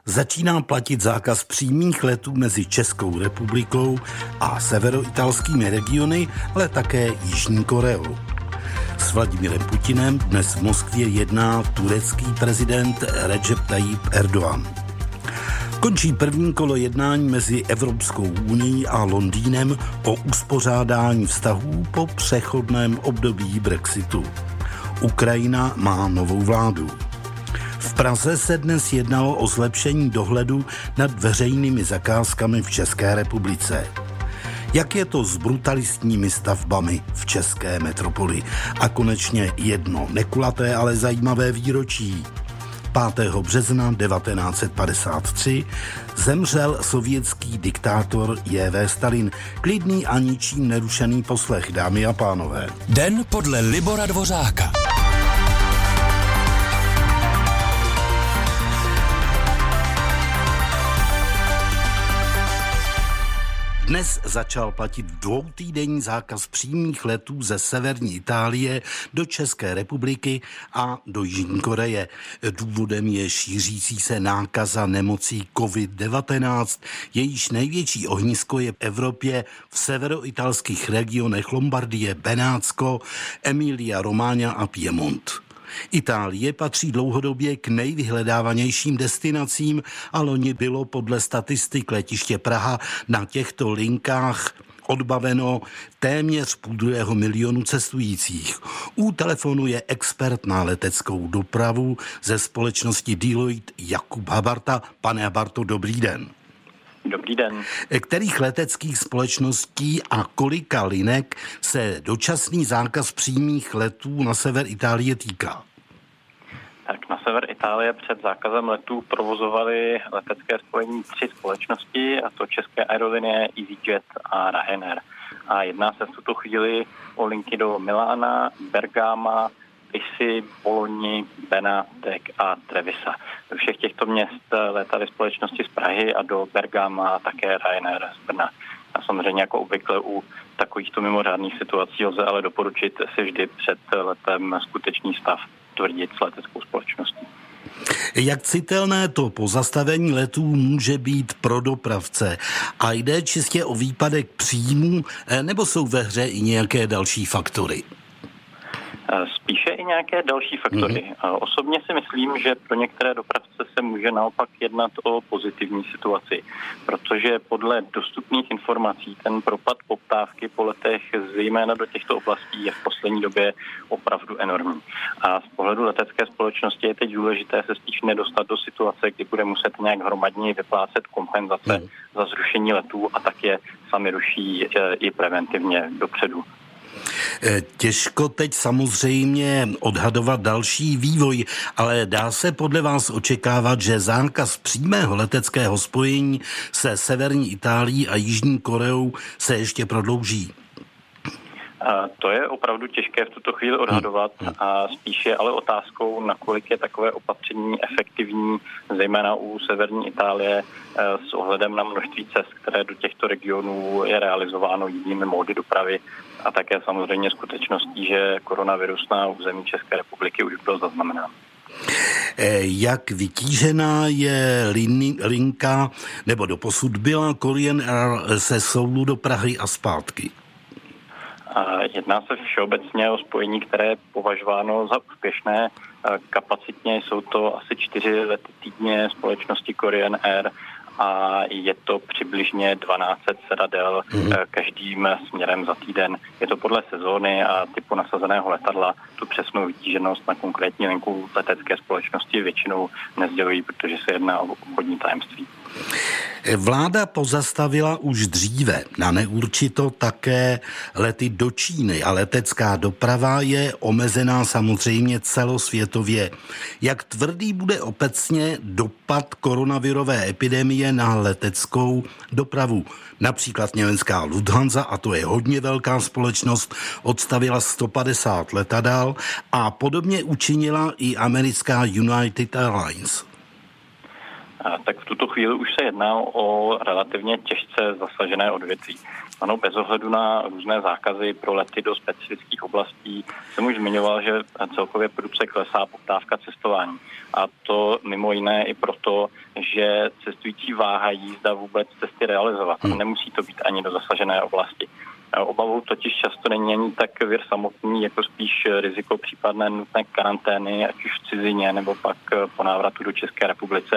Začíná platit zákaz přímých letů mezi Českou republikou a severoitalskými regiony, ale také Jižní Koreou. S Vladimirem Putinem dnes v Moskvě jedná turecký prezident Recep Tayyip Erdogan. Končí první kolo jednání mezi Evropskou unií a Londýnem o uspořádání vztahů po přechodném období Brexitu. Ukrajina má novou vládu. V Praze se dnes jednalo o zlepšení dohledu nad veřejnými zakázkami v České republice. Jak je to s brutalistními stavbami v české metropoli? A konečně jedno nekulaté, ale zajímavé výročí. 5. března 1953 zemřel sovětský diktátor J.V. Stalin. Klidný a ničím nerušený poslech, dámy a pánové. Den podle Libora Dvořáka. Dnes začal platit 2týdenní zákaz přímých letů ze severní Itálie do České republiky a do Jižní Koreje. Důvodem je šířící se nákaza nemocí COVID-19. Jejíž největší ohnisko je v Evropě v severoitalských regionech Lombardie, Benátsko, Emilia Romagna a Piemont. Itálie patří dlouhodobě k nejvyhledávanějším destinacím a loni bylo podle statistik letiště Praha na těchto linkách odbaveno téměř 500 000 cestujících. U telefonu je expert na leteckou dopravu ze společnosti Deloitte Jakub Habarta. Pane Habarto, dobrý den. Dobrý den. Kterých leteckých společností a kolika linek se dočasný zákaz přímých letů na sever Itálie týká? Tak na sever Itálie před zákazem letů provozovaly letecké spojení 3 společnosti, a to České aerolinie, EasyJet a Ryanair. A jedná se v tuto chvíli o linky do Milána, Bergama, Pisy, Bologni, Benátek a Trevisa. Do všech těchto měst létaly společnosti z Prahy a do Bergama a také Ryanair z Brna. A samozřejmě jako obvykle u takovýchto mimořádných situací lze ale doporučit si vždy před letem skutečný stav tvrdit s leteckou společností. Jak citelné to pozastavení letů může být pro dopravce? A jde čistě o výpadek příjmů, nebo jsou ve hře i nějaké další faktory? Spíše i nějaké další faktory. Osobně si myslím, že pro některé dopravce se může naopak jednat o pozitivní situaci, protože podle dostupných informací ten propad poptávky po letech zejména do těchto oblastí je v poslední době opravdu enormní. A z pohledu letecké společnosti je teď důležité se spíš nedostat do situace, kdy bude muset nějak hromadně vyplácet kompenzace za zrušení letů a tak je sami ruší i preventivně dopředu. Těžko teď samozřejmě odhadovat další vývoj, ale dá se podle vás očekávat, že zákaz přímého leteckého spojení se severní Itálií a Jižní Koreou se ještě prodlouží? To je opravdu těžké v tuto chvíli odhadovat a spíše ale otázkou, nakolik je takové opatření efektivní, zejména u severní Itálie s ohledem na množství cest, které do těchto regionů je realizováno jinými módy dopravy a také samozřejmě skutečností, že koronavirus na území České republiky už byl zaznamenán. Jak vytížená je linka, nebo doposud byla Korean Air se Soulu do Prahy a zpátky? Jedná se všeobecně o spojení, které je považováno za úspěšné. Kapacitně jsou to asi 4 lety týdně společnosti Korean Air a je to přibližně 1200 sedadel každým směrem za týden. Je to podle sezóny a typu nasazeného letadla. Tu přesnou vytíženost na konkrétní linku letecké společnosti většinou nesdělují, protože se jedná o obchodní tajemství. Vláda pozastavila už dříve na neurčito také lety do Číny a letecká doprava je omezená samozřejmě celosvětově. Jak tvrdý bude obecně dopad koronavirové epidemie na leteckou dopravu? Například německá Lufthansa, a to je hodně velká společnost, odstavila 150 letadel a podobně učinila i americká United Airlines. Tak v tuto chvíli už se jedná o relativně těžce zasažené odvětví. Ano, bez ohledu na různé zákazy pro lety do specifických oblastí jsem už zmiňoval, že celkově prudce klesá poptávka cestování. A to mimo jiné i proto, že cestující váhají, zda vůbec cesty realizovat. Nemusí to být ani do zasažené oblasti. Obavou totiž často není ani tak vir samotný, jako spíš riziko případné nutné karantény, ať už v cizině, nebo pak po návratu do České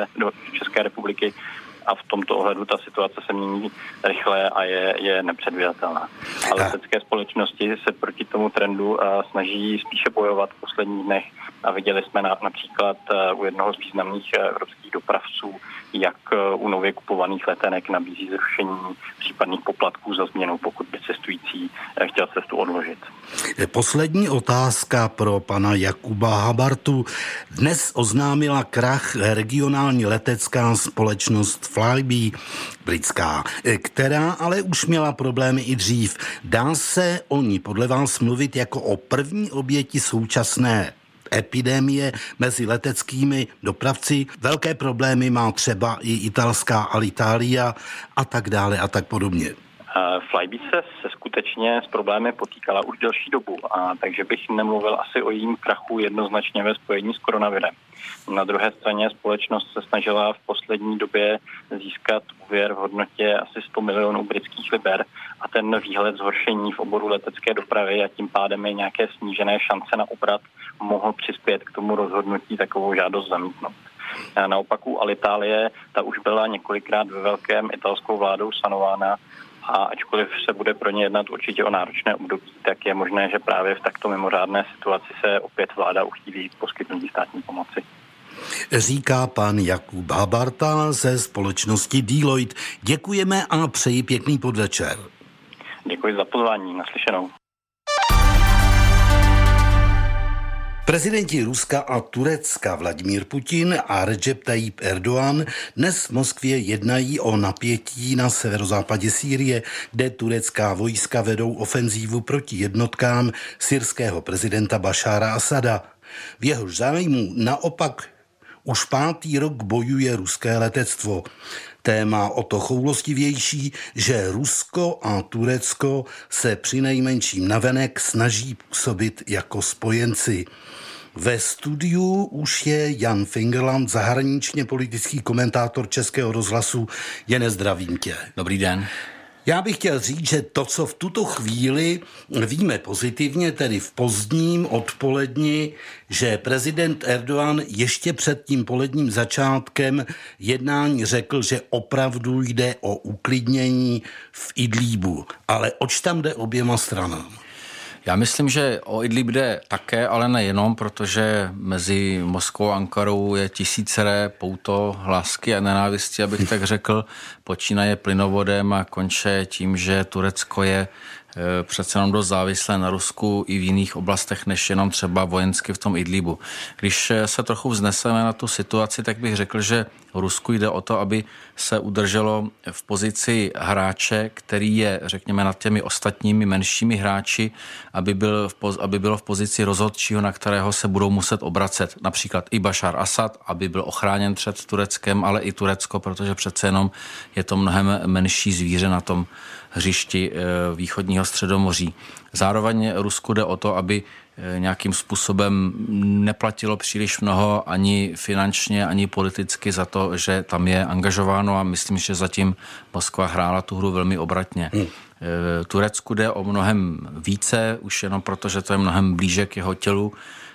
republiky. A v tomto ohledu ta situace se mění rychle a je nepředvídatelná. Ale letecké společnosti se proti tomu trendu snaží spíše bojovat v posledních dnech a viděli jsme například u jednoho z významných evropských dopravců, jak u nově kupovaných letenek nabízí zrušení případných poplatků za změnu, pokud by cestující chtěl cestu odložit. Poslední otázka pro pana Jakuba Habartu. Dnes oznámila krach regionální letecká společnost Flybe britská, která ale už měla problémy i dřív. Dá se o ní podle vás mluvit jako o první oběti současné epidemie mezi leteckými dopravci? Velké problémy má třeba i italská Alitalia a tak dále a tak podobně. Flybe se skutečně s problémy potýkala už delší dobu, takže bych nemluvil asi o jejím krachu jednoznačně ve spojení s koronavirem. Na druhé straně společnost se snažila v poslední době získat úvěr v hodnotě asi 100 milionů britských liber a ten výhled zhoršení v oboru letecké dopravy a tím pádem je nějaké snížené šance na obrat mohl přispět k tomu rozhodnutí takovou žádost zamítnout. Naopak u Alitalie ta už byla několikrát ve velkém italskou vládou sanována a ačkoliv se bude pro ně jednat určitě o náročné období, tak je možné, že právě v takto mimořádné situaci se opět vláda uchýlí poskytnutí státní pomoci. Říká pan Jakub Habarta ze společnosti Deloitte. Děkujeme a přeji pěkný podvečer. Děkuji za pozvání, naslyšenou. Prezidenti Ruska a Turecka Vladimír Putin a Recep Tayyip Erdoğan dnes v Moskvě jednají o napětí na severozápadě Sýrie, kde turecká vojska vedou ofenzívu proti jednotkám syrského prezidenta Bašára Asada. V jehož zájmu naopak už 5. rok bojuje ruské letectvo. Téma o to choulostivější, že Rusko a Turecko se přinejmenším navenek snaží působit jako spojenci. Ve studiu už je Jan Fingerland, zahraničně politický komentátor Českého rozhlasu. Jene, zdravím tě. Dobrý den. Já bych chtěl říct, že to, co v tuto chvíli víme pozitivně, tedy v pozdním odpoledni, že prezident Erdoğan ještě před tím poledním začátkem jednání řekl, že opravdu jde o uklidnění v Idlíbu. Ale oč tam jde oběma stranám? Já myslím, že o Idlíb jde také, ale nejenom, protože mezi Moskvou a Ankarou je tisíceré pouto lásky a nenávisti, abych tak řekl, počínaje plynovodem a konče tím, že Turecko je přece jenom dost závislé na Rusku i v jiných oblastech, než jenom třeba vojensky v tom Idlíbu. Když se trochu vzneseme na tu situaci, tak bych řekl, že Rusku jde o to, aby se udrželo v pozici hráče, který je, řekněme, nad těmi ostatními menšími hráči, aby bylo v pozici rozhodčího, na kterého se budou muset obracet. Například i Bašár Asad, aby byl ochráněn před Tureckem, ale i Turecko, protože přece jenom je to mnohem menší zvíře na tom hřišti východního Středomoří. Zároveň Rusku jde o to, aby nějakým způsobem neplatilo příliš mnoho ani finančně, ani politicky za to, že tam je angažováno a myslím, že zatím Moskva hrála tu hru velmi obratně. Turecku jde o mnohem více, už jenom proto, že to je mnohem blíže k jeho tělu.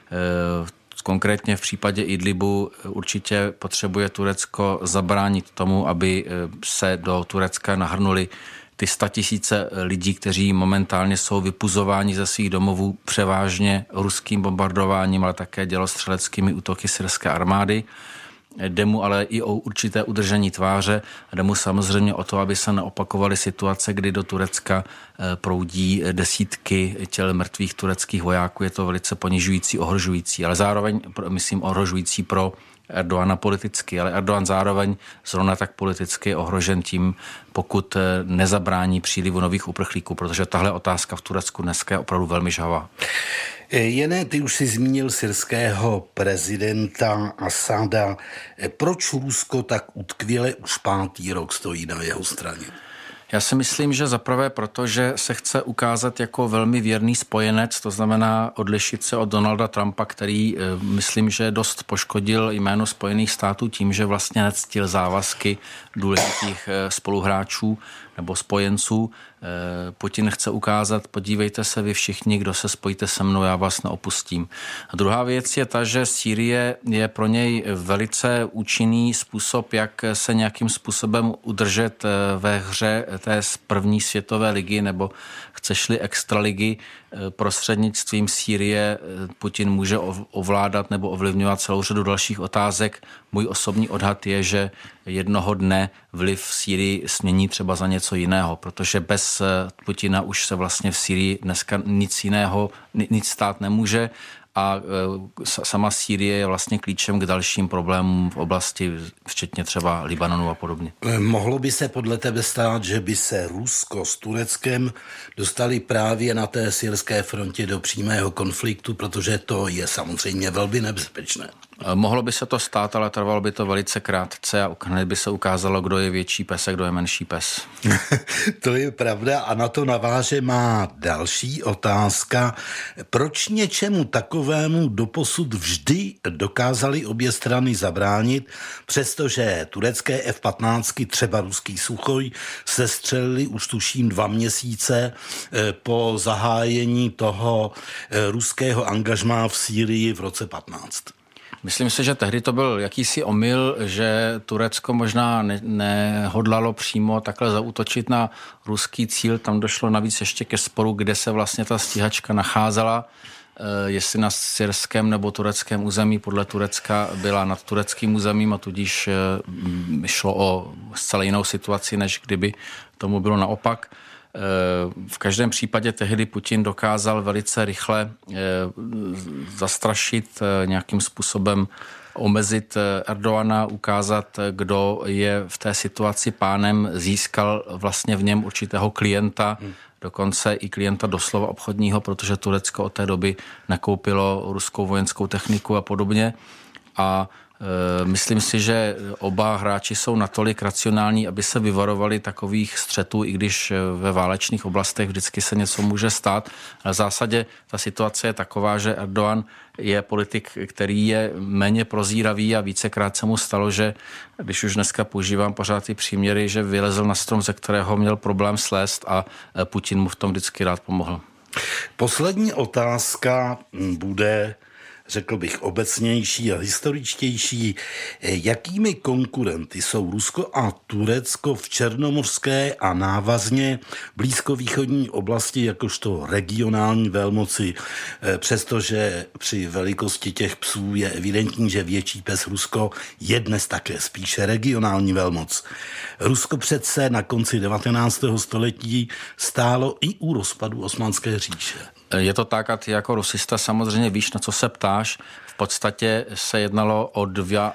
Konkrétně v případě Idlibu určitě potřebuje Turecko zabránit tomu, aby se do Turecka nahrnuli ty 100 000 lidí, kteří momentálně jsou vypuzováni ze svých domovů převážně ruským bombardováním, ale také dělostřeleckými útoky syrské armády. Jde mu ale i o určité udržení tváře a jde mu samozřejmě o to, aby se neopakovaly situace, kdy do Turecka proudí desítky těl mrtvých tureckých vojáků. Je to velice ponižující, ohrožující, ale zároveň, myslím, ohrožující pro Erdogana politicky, ale Erdogan zároveň zrovna tak politicky je ohrožen tím, pokud nezabrání přílivu nových uprchlíků, protože tahle otázka v Turecku dneska je opravdu velmi žhavá. Jene, ty už si zmínil syrského prezidenta Asada. Proč Rusko tak utkvěle už 5. rok stojí na jeho straně? Já si myslím, že zaprvé proto, že se chce ukázat jako velmi věrný spojenec, to znamená odlišit se od Donalda Trumpa, který myslím, že dost poškodil jméno Spojených států tím, že vlastně nectil závazky důležitých spoluhráčů nebo spojenců. Putin chce ukázat, podívejte se vy všichni, kdo se spojíte se mnou, já vás neopustím. A druhá věc je ta, že Sýrie je pro něj velice účinný způsob, jak se nějakým způsobem udržet ve hře té první světové ligy, nebo chceš-li extraligy. Prostřednictvím Sýrie Putin může ovládat nebo ovlivňovat celou řadu dalších otázek. Můj osobní odhad je, že jednoho dne vliv v Sýrii smění třeba za něco jiného, protože bez Putina už se vlastně v Sýrii dneska nic stát nemůže a sama Sýrie je vlastně klíčem k dalším problémům v oblasti, včetně třeba Libanonu a podobně. Mohlo by se podle tebe stát, že by se Rusko s Tureckem dostali právě na té syrské frontě do přímého konfliktu, protože to je samozřejmě velmi nebezpečné? Mohlo by se to stát, ale trvalo by to velice krátce a hned by se ukázalo, kdo je větší pes a kdo je menší pes. To je pravda a na to naváže má další otázka. Proč něčemu takovému doposud vždy dokázali obě strany zabránit, přestože turecké F-15, třeba ruský Suchoj, sestřelili už tuším 2 měsíce po zahájení toho ruského angažmá v Sýrii v roce 15? Myslím si, že tehdy to byl jakýsi omyl, že Turecko možná nehodlalo přímo takhle zaútočit na ruský cíl. Tam došlo navíc ještě ke sporu, kde se vlastně ta stíhačka nacházela, jestli na syrském nebo tureckém území. Podle Turecka byla nad tureckým územím a tudíž šlo o zcela jinou situaci, než kdyby tomu bylo naopak. V každém případě tehdy Putin dokázal velice rychle zastrašit, nějakým způsobem omezit Erdogana, ukázat, kdo je v té situaci pánem, získal vlastně v něm určitého klienta, dokonce i klienta doslova obchodního, protože Turecko od té doby nakoupilo ruskou vojenskou techniku a podobně. A myslím si, že oba hráči jsou natolik racionální, aby se vyvarovali takových střetů, i když ve válečných oblastech vždycky se něco může stát. Ale v zásadě ta situace je taková, že Erdogan je politik, který je méně prozíravý a vícekrát se mu stalo, že když už dneska používám pořád ty příměry, že vylezl na strom, ze kterého měl problém slézt a Putin mu v tom vždycky rád pomohl. Poslední otázka bude, řekl bych, obecnější a historičtější. Jakými konkurenty jsou Rusko a Turecko v černomorské a návazně blízkovýchodní oblasti jakožto regionální velmoci, přestože při velikosti těch psů je evidentní, že větší pes Rusko je dnes také spíše regionální velmoc. Rusko přece na konci 19. století stálo i u rozpadu Osmanské říše. Je to tak a ty jako rusista samozřejmě víš, na co se ptáš. V podstatě se jednalo o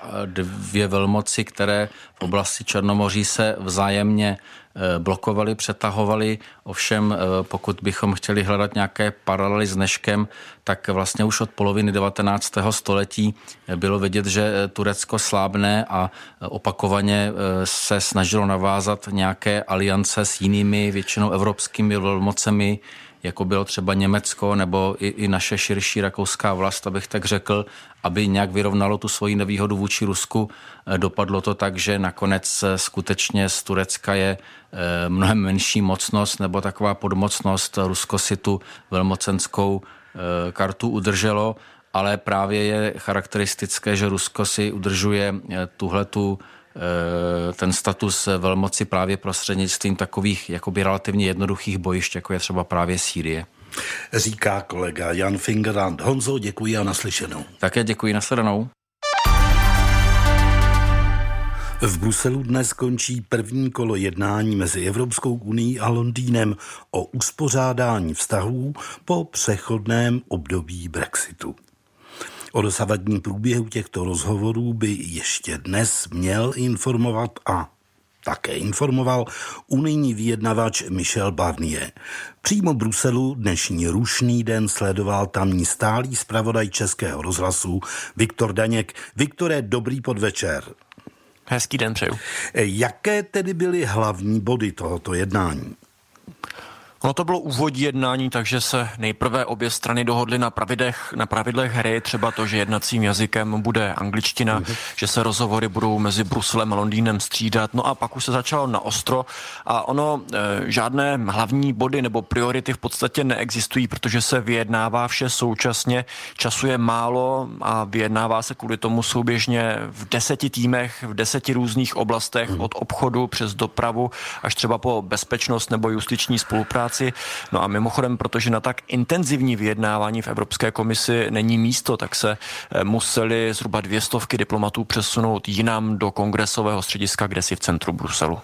dvě velmoci, které v oblasti Černomoří se vzájemně blokovali, přetahovali. Ovšem, pokud bychom chtěli hledat nějaké paralely s dneškem, tak vlastně už od poloviny 19. století bylo vidět, že Turecko slábne a opakovaně se snažilo navázat nějaké aliance s jinými většinou evropskými velmocemi, jako bylo třeba Německo nebo i naše širší rakouská vlast, abych tak řekl, aby nějak vyrovnalo tu svoji nevýhodu vůči Rusku. Dopadlo to tak, že nakonec skutečně z Turecka je mnohem menší mocnost nebo taková podmocnost. Rusko si tu velmocenskou kartu udrželo, ale právě je charakteristické, že Rusko si udržuje ten status velmoci právě prostřednictvím takových jakoby relativně jednoduchých bojišť, jako je třeba právě Sýrie. Říká kolega Jan Fingerland. Honzo, děkuji a naslyšenou. Také děkuji, nasledanou. V Bruselu dnes končí první kolo jednání mezi Evropskou unií a Londýnem o uspořádání vztahů po přechodném období Brexitu. O dosavadním průběhu těchto rozhovorů by ještě dnes měl informovat a také informoval unijní vyjednavač Michel Barnier. Přímo v Bruselu dnešní rušný den sledoval tamní stálý zpravodaj Českého rozhlasu Viktor Daněk. Viktore, dobrý podvečer. Hezký den přeju. Jaké tedy byly hlavní body tohoto jednání? Ono to bylo úvodní jednání, takže se nejprve obě strany dohodly na pravidlech hry, třeba to, že jednacím jazykem bude angličtina, že se rozhovory budou mezi Bruselem a Londýnem střídat, no a pak už se začalo na ostro a žádné hlavní body nebo priority v podstatě neexistují, protože se vyjednává vše současně, času je málo a vyjednává se kvůli tomu souběžně v 10 týmech, v 10 různých oblastech, od obchodu přes dopravu až třeba po bezpečnost nebo justiční spolupráci. No a mimochodem, protože na tak intenzivní vyjednávání v Evropské komisi není místo, tak se museli zhruba 200 diplomatů přesunout jinam do kongresového střediska, kde si v centru Bruselu.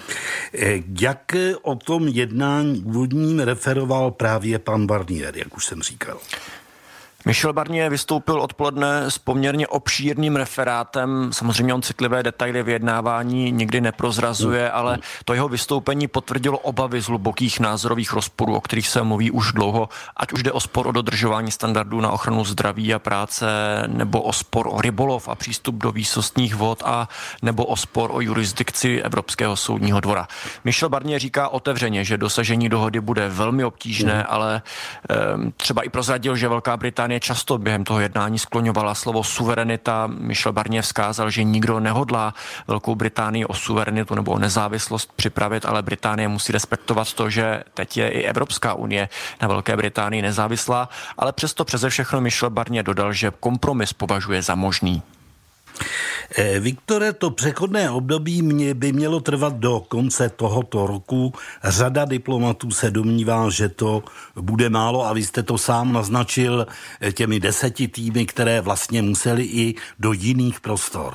Jak o tom jednání úvodním referoval právě pan Barnier, jak už jsem říkal? Michel Barnier vystoupil odpoledne s poměrně obšírným referátem. Samozřejmě on citlivé detaily vyjednávání nikdy neprozrazuje, ale to jeho vystoupení potvrdilo obavy z hlubokých názorových rozporů, o kterých se mluví už dlouho, ať už jde o spor o dodržování standardů na ochranu zdraví a práce, nebo o spor o rybolov a přístup do výsostných vod a nebo o spor o jurisdikci Evropského soudního dvora. Michel Barnier říká otevřeně, že dosažení dohody bude velmi obtížné, ale třeba i prozradil, že Velká Británie často během toho jednání skloňovala slovo suverenita. Michel Barnier vzkázal, že nikdo nehodlá Velkou Británii o suverenitu nebo o nezávislost připravit, ale Británie musí respektovat to, že teď je i Evropská unie na Velké Británii nezávislá, ale přesto přeze všechno Michel Barnier dodal, že kompromis považuje za možný. Viktore, to přechodné období by mělo trvat do konce tohoto roku. Řada diplomatů se domnívá, že to bude málo a vy jste to sám naznačil těmi 10 týmy, které vlastně museli i do jiných prostor.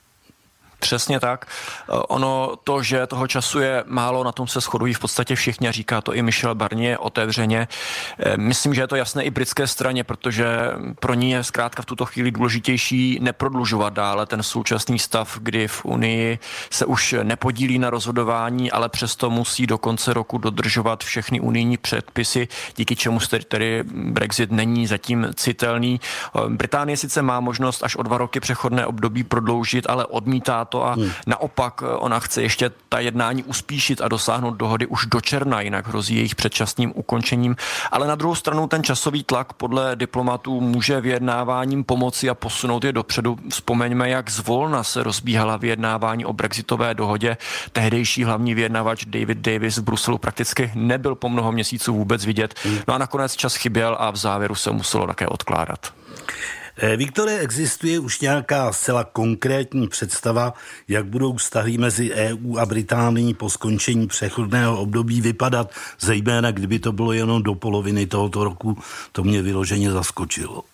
Přesně tak. Ono to, že toho času je málo, na tom se shodují v podstatě všichni a říká to i Michel Barnier otevřeně. Myslím, že je to jasné i britské straně, protože pro ní je zkrátka v tuto chvíli důležitější neprodlužovat dále ten současný stav, kdy v Unii se už nepodílí na rozhodování, ale přesto musí do konce roku dodržovat všechny unijní předpisy, díky čemu tedy Brexit není zatím citelný. Británie sice má možnost až o 2 roky přechodné období prodloužit, ale odmítá to a naopak ona chce ještě ta jednání uspíšit a dosáhnout dohody už do června, jinak hrozí jejich předčasným ukončením. Ale na druhou stranu ten časový tlak podle diplomatů může vyjednáváním pomoci a posunout je dopředu. Vzpomeňme, jak zvolna se rozbíhala vyjednávání o brexitové dohodě. Tehdejší hlavní vyjednavač David Davis v Bruselu prakticky nebyl po mnoho měsíců vůbec vidět. No a nakonec čas chyběl a v závěru se muselo také odkládat. Viktore, existuje už nějaká zcela konkrétní představa, jak budou vztahy mezi EU a Británií po skončení přechodného období vypadat, zejména kdyby to bylo jenom do poloviny tohoto roku? To mě vyloženě zaskočilo.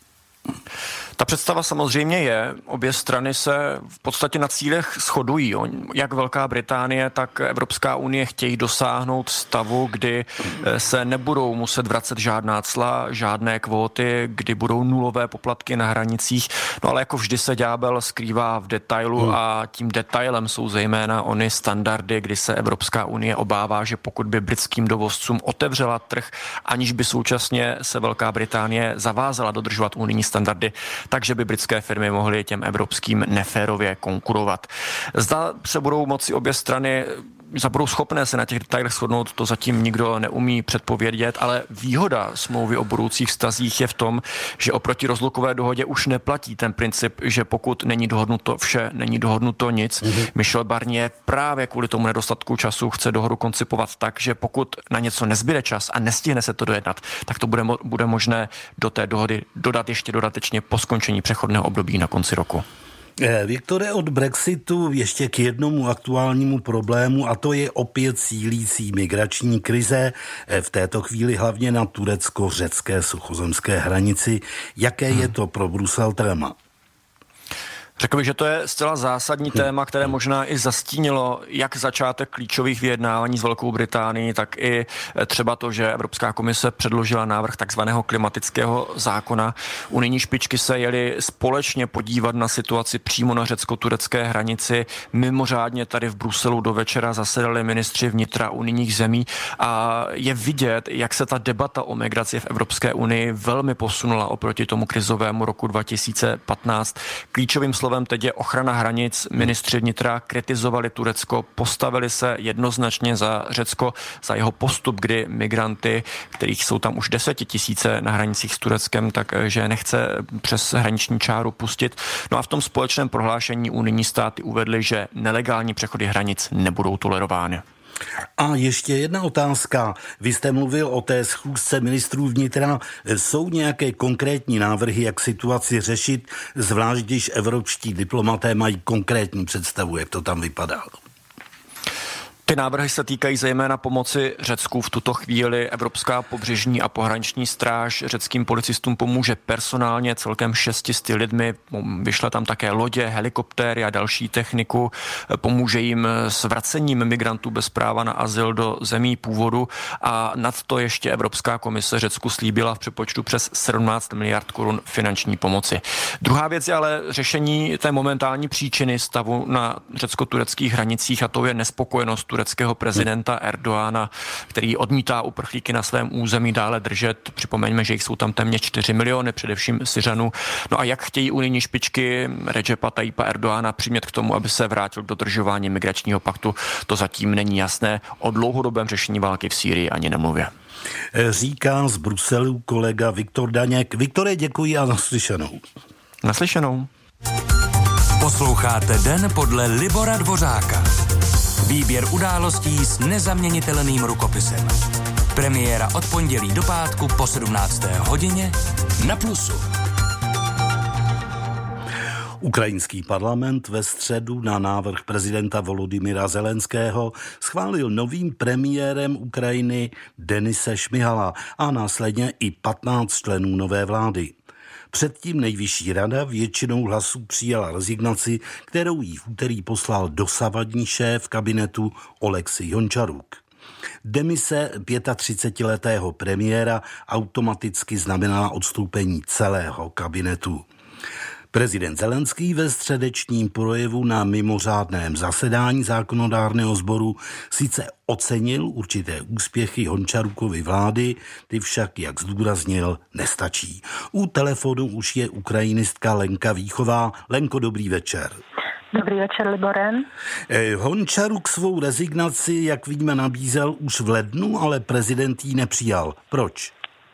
Ta představa samozřejmě je, obě strany se v podstatě na cílech shodují. Jak Velká Británie, tak Evropská unie chtějí dosáhnout stavu, kdy se nebudou muset vracet žádná cla, žádné kvóty, kdy budou nulové poplatky na hranicích. No ale jako vždy se ďábel skrývá v detailu a tím detailem jsou zejména ony standardy, kdy se Evropská unie obává, že pokud by britským dovozcům otevřela trh, aniž by současně se Velká Británie zavázala dodržovat unijní standardy, takže by britské firmy mohly těm evropským neférově konkurovat. Zda se budou moci obě strany budou schopné se na těch detailech shodnout, to zatím nikdo neumí předpovědět, ale výhoda smlouvy o budoucích vztazích je v tom, že oproti rozlukové dohodě už neplatí ten princip, že pokud není dohodnuto vše, není dohodnuto nic. Michel Barnier právě kvůli tomu nedostatku času chce dohodu koncipovat tak, že pokud na něco nezbyde čas a nestihne se to dojednat, tak to bude možné do té dohody dodat ještě dodatečně po skončení přechodného období na konci roku. Viktore, od Brexitu ještě k jednomu aktuálnímu problému, a to je opět sílící migrační krize, v této chvíli hlavně na turecko-řecké suchozemské hranici. Jaké je to pro Brusel téma? Řekl bych, že to je zcela zásadní téma, které možná i zastínilo jak začátek klíčových vyjednávání s Velkou Británií, tak i třeba to, že Evropská komise předložila návrh takzvaného klimatického zákona. Unijní špičky se jeli společně podívat na situaci přímo na řecko-turecké hranici. Mimořádně tady v Bruselu do večera zasedali ministři vnitra unijních zemí a je vidět, jak se ta debata o migraci v Evropské unii velmi posunula oproti tomu krizovému roku 2015. Klíčovým slovem teď je ochrana hranic. Ministři vnitra kritizovali Turecko, postavili se jednoznačně za Řecko, za jeho postup, kdy migranty, kterých jsou tam už 10 000 na hranicích s Tureckem, takže nechce přes hraniční čáru pustit. No a v tom společném prohlášení unijní státy uvedly, že nelegální přechody hranic nebudou tolerovány. A ještě jedna otázka. Vy jste mluvil o té schůzce ministrů vnitra. Jsou nějaké konkrétní návrhy, jak situaci řešit, zvlášť když evropští diplomaté mají konkrétní představu, jak to tam vypadá? Ty návrhy se týkají zejména pomoci Řecku. V tuto chvíli Evropská pobřežní a pohraniční stráž řeckým policistům pomůže personálně celkem 600 lidmi. Vyšle tam také lodě, helikoptéry a další techniku. Pomůže jim s vracením migrantů bez práva na azyl do zemí původu a nad to ještě Evropská komise Řecku slíbila v přepočtu přes 17 miliard korun finanční pomoci. Druhá věc je ale řešení té momentální příčiny stavu na řecko-tureckých hranicích a to je nespokojenost tureckého prezidenta Erdoána, který odmítá uprchlíky na svém území dále držet. Připomeňme, že jich jsou tam téměř 4 miliony, především Syřanů. No a jak chtějí unijní špičky Recepa Tayyipa Erdoána přimět k tomu, aby se vrátil k dodržování migračního paktu, to zatím není jasné. O dlouhodobém řešení války v Sýrii ani nemluvě. Říká z Bruselu kolega Viktor Daněk. Viktore, děkuji a naslyšenou. Naslyšenou. Posloucháte Den podle Libora Dvořáka. Výběr událostí s nezaměnitelným rukopisem. Premiéra od pondělí do pátku po 17. hodině na Plusu. Ukrajinský parlament ve středu na návrh prezidenta Volodymyra Zelenského schválil novým premiérem Ukrajiny Denise Šmihala a následně i 15 členů nové vlády. Předtím nejvyšší rada většinou hlasů přijala rezignaci, kterou jí v úterý poslal dosavadní šéf kabinetu Oleksij Hončaruk. Demise 35letého premiéra automaticky znamenala odstoupení celého kabinetu. Prezident Zelenský ve středečním projevu na mimořádném zasedání zákonodárného sboru sice ocenil určité úspěchy Hončarukovy vlády, ty však, jak zdůraznil, nestačí. U telefonu už je ukrajinistka Lenka Víchová. Lenko, dobrý večer. Dobrý večer, Libore. Hončaruk svou rezignaci, jak víme, nabízel už v lednu, ale prezident ji nepřijal. Proč?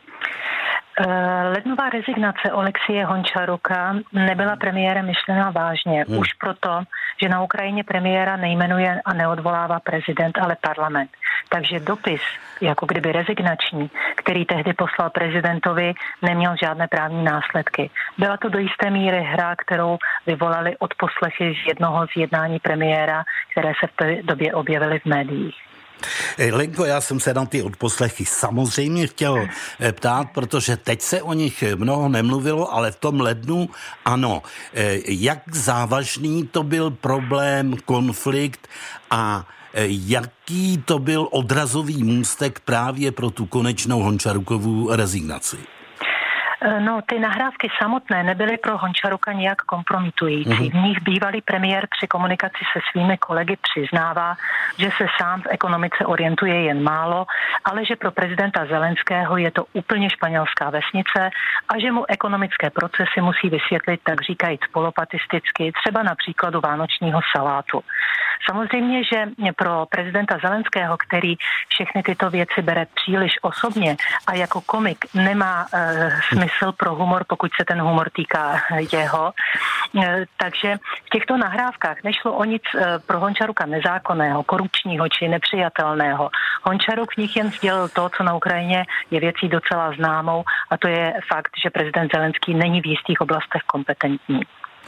Lednová rezignace Oleksije Hončaruka nebyla premiérem myšlena vážně. Už proto, že na Ukrajině premiéra nejmenuje a neodvolává prezident, ale parlament. Takže dopis, jako kdyby rezignační, který tehdy poslal prezidentovi, neměl žádné právní následky. Byla to do jisté míry hra, kterou vyvolali odposlechy z jednoho z jednání premiéra, které se v té době objevily v médiích. Lenko, já jsem se na ty odposlechy samozřejmě chtěl ptát, protože teď se o nich mnoho nemluvilo, ale v tom lednu ano. Jak závažný to byl problém, konflikt a jaký to byl odrazový můstek právě pro tu konečnou Hončarukovu rezignaci? No, ty nahrávky samotné nebyly pro Hončaruka nějak kompromitující. V nich bývalý premiér při komunikaci se svými kolegy přiznává, že se sám v ekonomice orientuje jen málo, ale že pro prezidenta Zelenského je to úplně španělská vesnice a že mu ekonomické procesy musí vysvětlit, tak říkajíc polopatisticky, třeba na příkladu vánočního salátu. Samozřejmě, že pro prezidenta Zelenského, který všechny tyto věci bere příliš osobně a jako komik nemá smysl pro humor, pokud se ten humor týká jeho. Takže v těchto nahrávkách nešlo o nic pro Hončaruka nezákonného, korupčního či nepřijatelného. Hončaruk v nich jen sdělil to, co na Ukrajině je věcí docela známou, a to je fakt, že prezident Zelenský není v jistých oblastech kompetentní.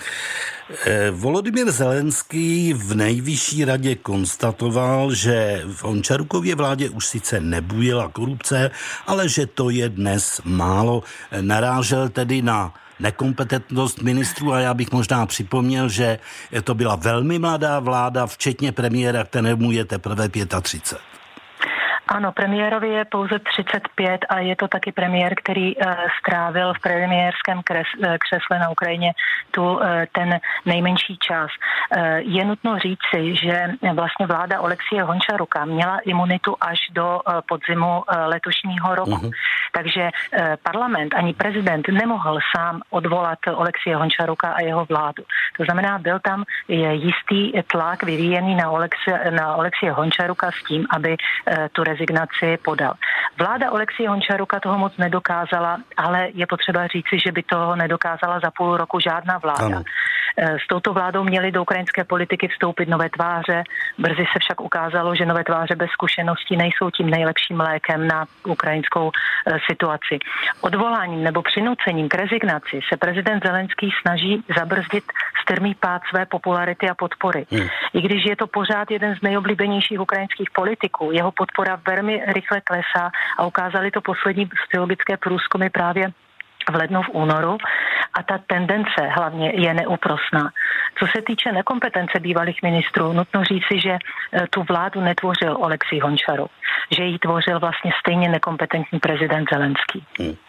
Volodymyr Zelenský v nejvyšší radě konstatoval, že v Hončarukově vládě už sice nebujela korupce, ale že to je dnes málo. Narážel tedy na nekompetentnost ministrů a já bych možná připomněl, že to byla velmi mladá vláda, včetně premiéra, kterému je teprve 35. Ano, premiérovi je pouze 35 a je to taky premiér, který strávil v premiérském křesle na Ukrajině ten nejmenší čas. Je nutno říci, že vlastně vláda Oleksije Hončaruka měla imunitu až do podzimu letošního roku. Takže parlament ani prezident nemohl sám odvolat Oleksije Hončaruka a jeho vládu. To znamená, byl tam jistý tlak vyvíjený na Oleksije Hončaruka s tím, aby tu rezignaci podal. Vláda Oleksije Hončaruka toho moc nedokázala, ale je potřeba říci, že by toho nedokázala za půl roku žádná vláda. Ano. S touto vládou měly do ukrajinské politiky vstoupit nové tváře. Brzy se však ukázalo, že nové tváře bez zkušeností nejsou tím nejlepším lékem na ukrajinskou situaci. Odvoláním nebo přinucením k rezignaci se prezident Zelenský snaží zabrzdit strmý pád své popularity a podpory. I když je to pořád jeden z nejoblíbenějších ukrajinských politiků, jeho podpora velmi rychle klesá a ukázaly to poslední sociologické průzkumy právě v lednu, v únoru a ta tendence hlavně je neúprosná. Co se týče nekompetence bývalých ministrů, nutno říci, že tu vládu netvořil Oleksij Hončaruk, že ji tvořil vlastně stejně nekompetentní prezident Zelenský.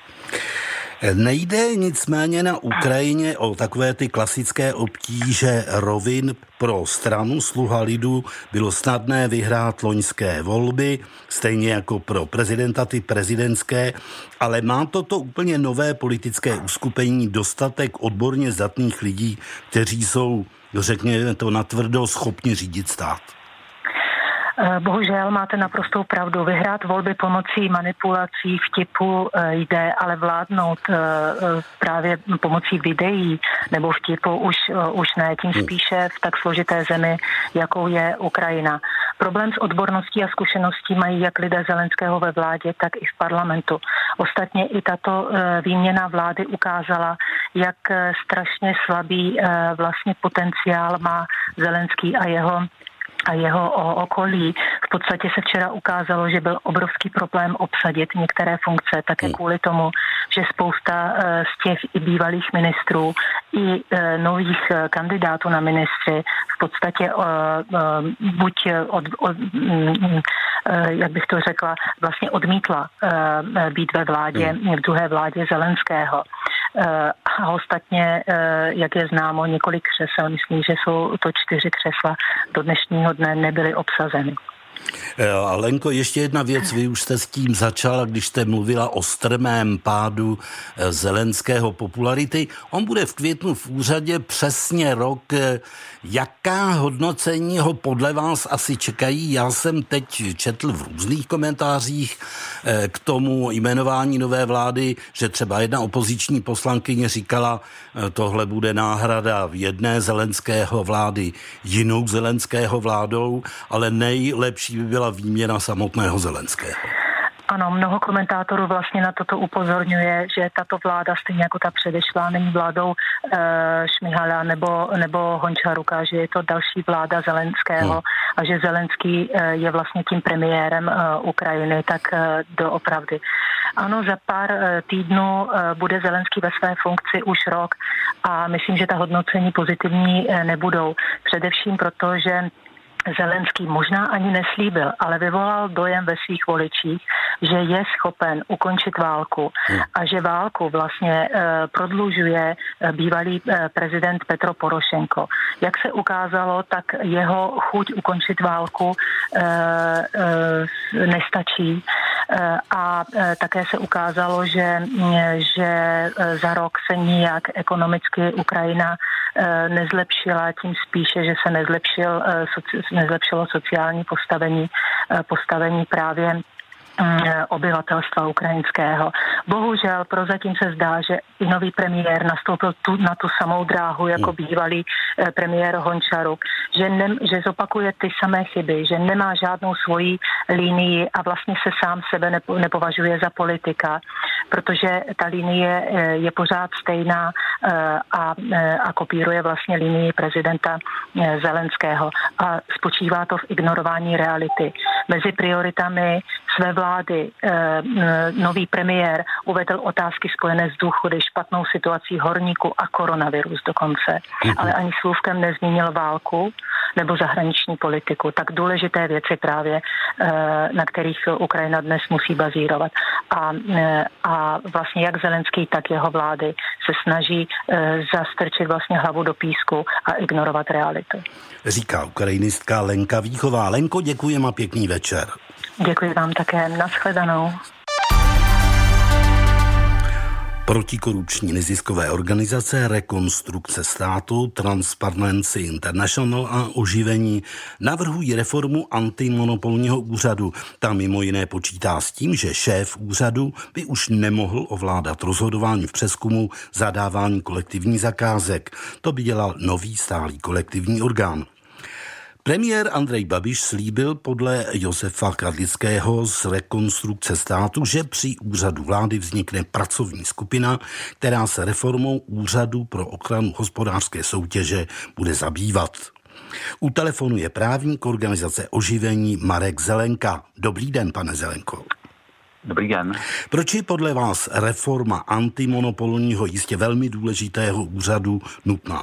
Nejde nicméně na Ukrajině o takové ty klasické obtíže rovin. Pro stranu Sluha lidu bylo snadné vyhrát loňské volby, stejně jako pro prezidenta ty prezidentské, ale má toto úplně nové politické uskupení dostatek odborně zdatných lidí, kteří jsou, řekněme to natvrdo, schopni řídit stát? Bohužel máte naprostou pravdu. Vyhrát volby pomocí manipulací, vtipu jde, ale vládnout právě pomocí videí nebo vtipu už ne, tím spíše v tak složité zemi, jakou je Ukrajina. Problém s odborností a zkušeností mají jak lidé Zelenského ve vládě, tak i v parlamentu. Ostatně i tato výměna vlády ukázala, jak strašně slabý vlastně potenciál má Zelenský a jeho okolí. V podstatě se včera ukázalo, že byl obrovský problém obsadit některé funkce, také kvůli tomu, že spousta z těch i bývalých ministrů i nových kandidátů na ministry v podstatě buď jak bych to řekla, vlastně odmítla být ve vládě, v druhé vládě Zelenského. A ostatně, jak je známo, několik křesel, myslím, že jsou to 4 křesla, do dnešního dne nebyly obsazeny. A Lenko, ještě jedna věc, vy už jste s tím začala, když jste mluvila o strmém pádu Zelenského popularity. On bude v květnu v úřadě přesně rok. Jaká hodnocení ho podle vás asi čekají? Já jsem teď četl v různých komentářích k tomu jmenování nové vlády, že třeba jedna opoziční poslankyně říkala, tohle bude náhrada jedné Zelenského vlády jinou Zelenského vládou, ale nejlepší by byla výměna samotného Zelenského. Ano, mnoho komentátorů vlastně na toto upozorňuje, že tato vláda, stejně jako ta předešlá, není vládou Šmihala nebo Hončaruka, že je to další vláda Zelenského a že Zelenský je vlastně tím premiérem Ukrajiny, tak doopravdy. Ano, za pár týdnů bude Zelenský ve své funkci už rok a myslím, že ta hodnocení pozitivní nebudou. Především proto, že Zelenský možná ani neslíbil, ale vyvolal dojem ve svých voličích, že je schopen ukončit válku a že válku vlastně prodlužuje bývalý prezident Petro Porošenko. Jak se ukázalo, tak jeho chuť ukončit válku nestačí a také se ukázalo, že za rok se nijak ekonomicky Ukrajina nezlepšila, tím spíše, že se nezlepšilo sociální postavení právě obyvatelstva ukrajinského. Bohužel prozatím se zdá, že i nový premiér nastoupil na tu samou dráhu jako bývalý premiér Hončaruk, že zopakuje ty samé chyby, že nemá žádnou svoji linii a vlastně se sám sebe nepovažuje za politika, protože ta linie je pořád stejná a kopíruje vlastně linii prezidenta Zelenského a spočívá to v ignorování reality. Mezi prioritami své vlády nový premiér uvedl otázky spojené s důchody, špatnou situací horníků a koronavirus dokonce, ale ani slůvkem nezmínil válku nebo zahraniční politiku. Tak důležité věci právě, na kterých Ukrajina dnes musí bazírovat. A vlastně jak Zelenský, tak jeho vlády se snaží zastrčit vlastně hlavu do písku a ignorovat realitu. Říká ukrajinistka Lenka Víchová. Lenko, děkujeme a pěkný večer. Děkuji vám také. Nashledanou. Protikorupční neziskové organizace Rekonstrukce státu, Transparency International a Oživení navrhují reformu antimonopolního úřadu. Ta mimo jiné počítá s tím, že šéf úřadu by už nemohl ovládat rozhodování v přezkumu zadávání kolektivních zakázek. To by dělal nový stálý kolektivní orgán. Premiér Andrej Babiš slíbil podle Josefa Kadlického z Rekonstrukce státu, že při úřadu vlády vznikne pracovní skupina, která se reformou Úřadu pro ochranu hospodářské soutěže bude zabývat. U telefonu je právník organizace Oživení Marek Zelenka. Dobrý den, pane Zelenko. Dobrý den. Proč je podle vás reforma antimonopolního, jistě velmi důležitého úřadu nutná?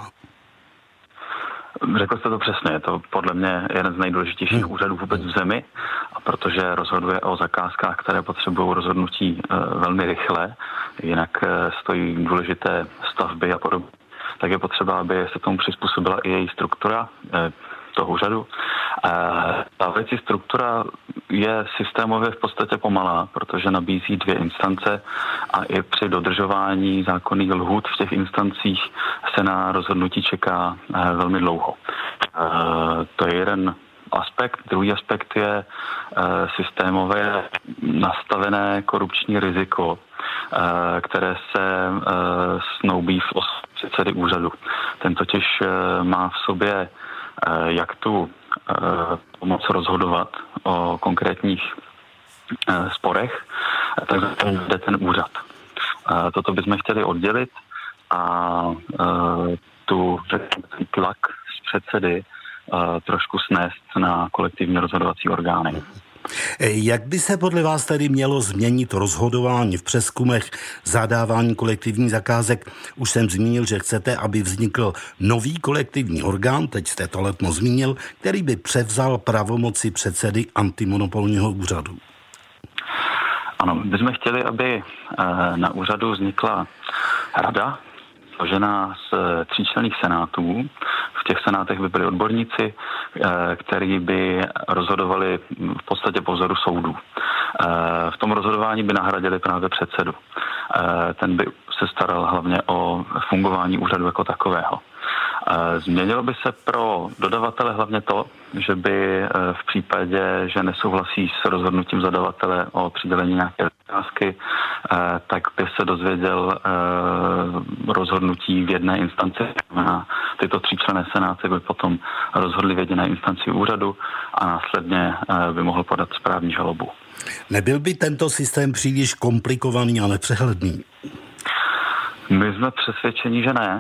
Řekl jste to přesně, je to podle mě jeden z nejdůležitějších úřadů vůbec v zemi, a protože rozhoduje o zakázkách, které potřebují rozhodnutí velmi rychle, jinak stojí důležité stavby a podobně, tak je potřeba, aby se tomu přizpůsobila i její struktura toho úřadu. Ta věcí struktura je systémově v podstatě pomalá, protože nabízí 2 instance a i při dodržování zákonných lhůt v těch instancích se na rozhodnutí čeká velmi dlouho. To je jeden aspekt. Druhý aspekt je systémové nastavené korupční riziko, které se snoubí v předsedy úřadu. Ten totiž má v sobě jak tu pomoc rozhodovat o konkrétních sporech, tak jde ten úřad. Toto bychom chtěli oddělit a ten tlak z předsedy trošku snést na kolektivní rozhodovací orgány. Jak by se podle vás tedy mělo změnit rozhodování v přezkumech zadávání kolektivních zakázek? Už jsem zmínil, že chcete, aby vznikl nový kolektivní orgán, teď jste to letmo zmínil, který by převzal pravomoci předsedy antimonopolního úřadu. Ano, my jsme chtěli, aby na úřadu vznikla rada, složená z 3členných senátů. V těch senátech by byli odborníci, kteří by rozhodovali v podstatě po vzoru soudů. V tom rozhodování by nahradili právě předsedu. Ten by se staral hlavně o fungování úřadu jako takového. Změnilo by se pro dodavatele hlavně to, že by v případě, že nesouhlasí s rozhodnutím zadavatele o přidělení nějaké zakázky, tak by se dozvěděl rozhodnutí v jedné instanci. Tyto 3členné senáty by potom rozhodli v jediné instanci úřadu a následně by mohl podat správní žalobu. Nebyl by tento systém příliš komplikovaný a nepřehledný? My jsme přesvědčeni, že ne.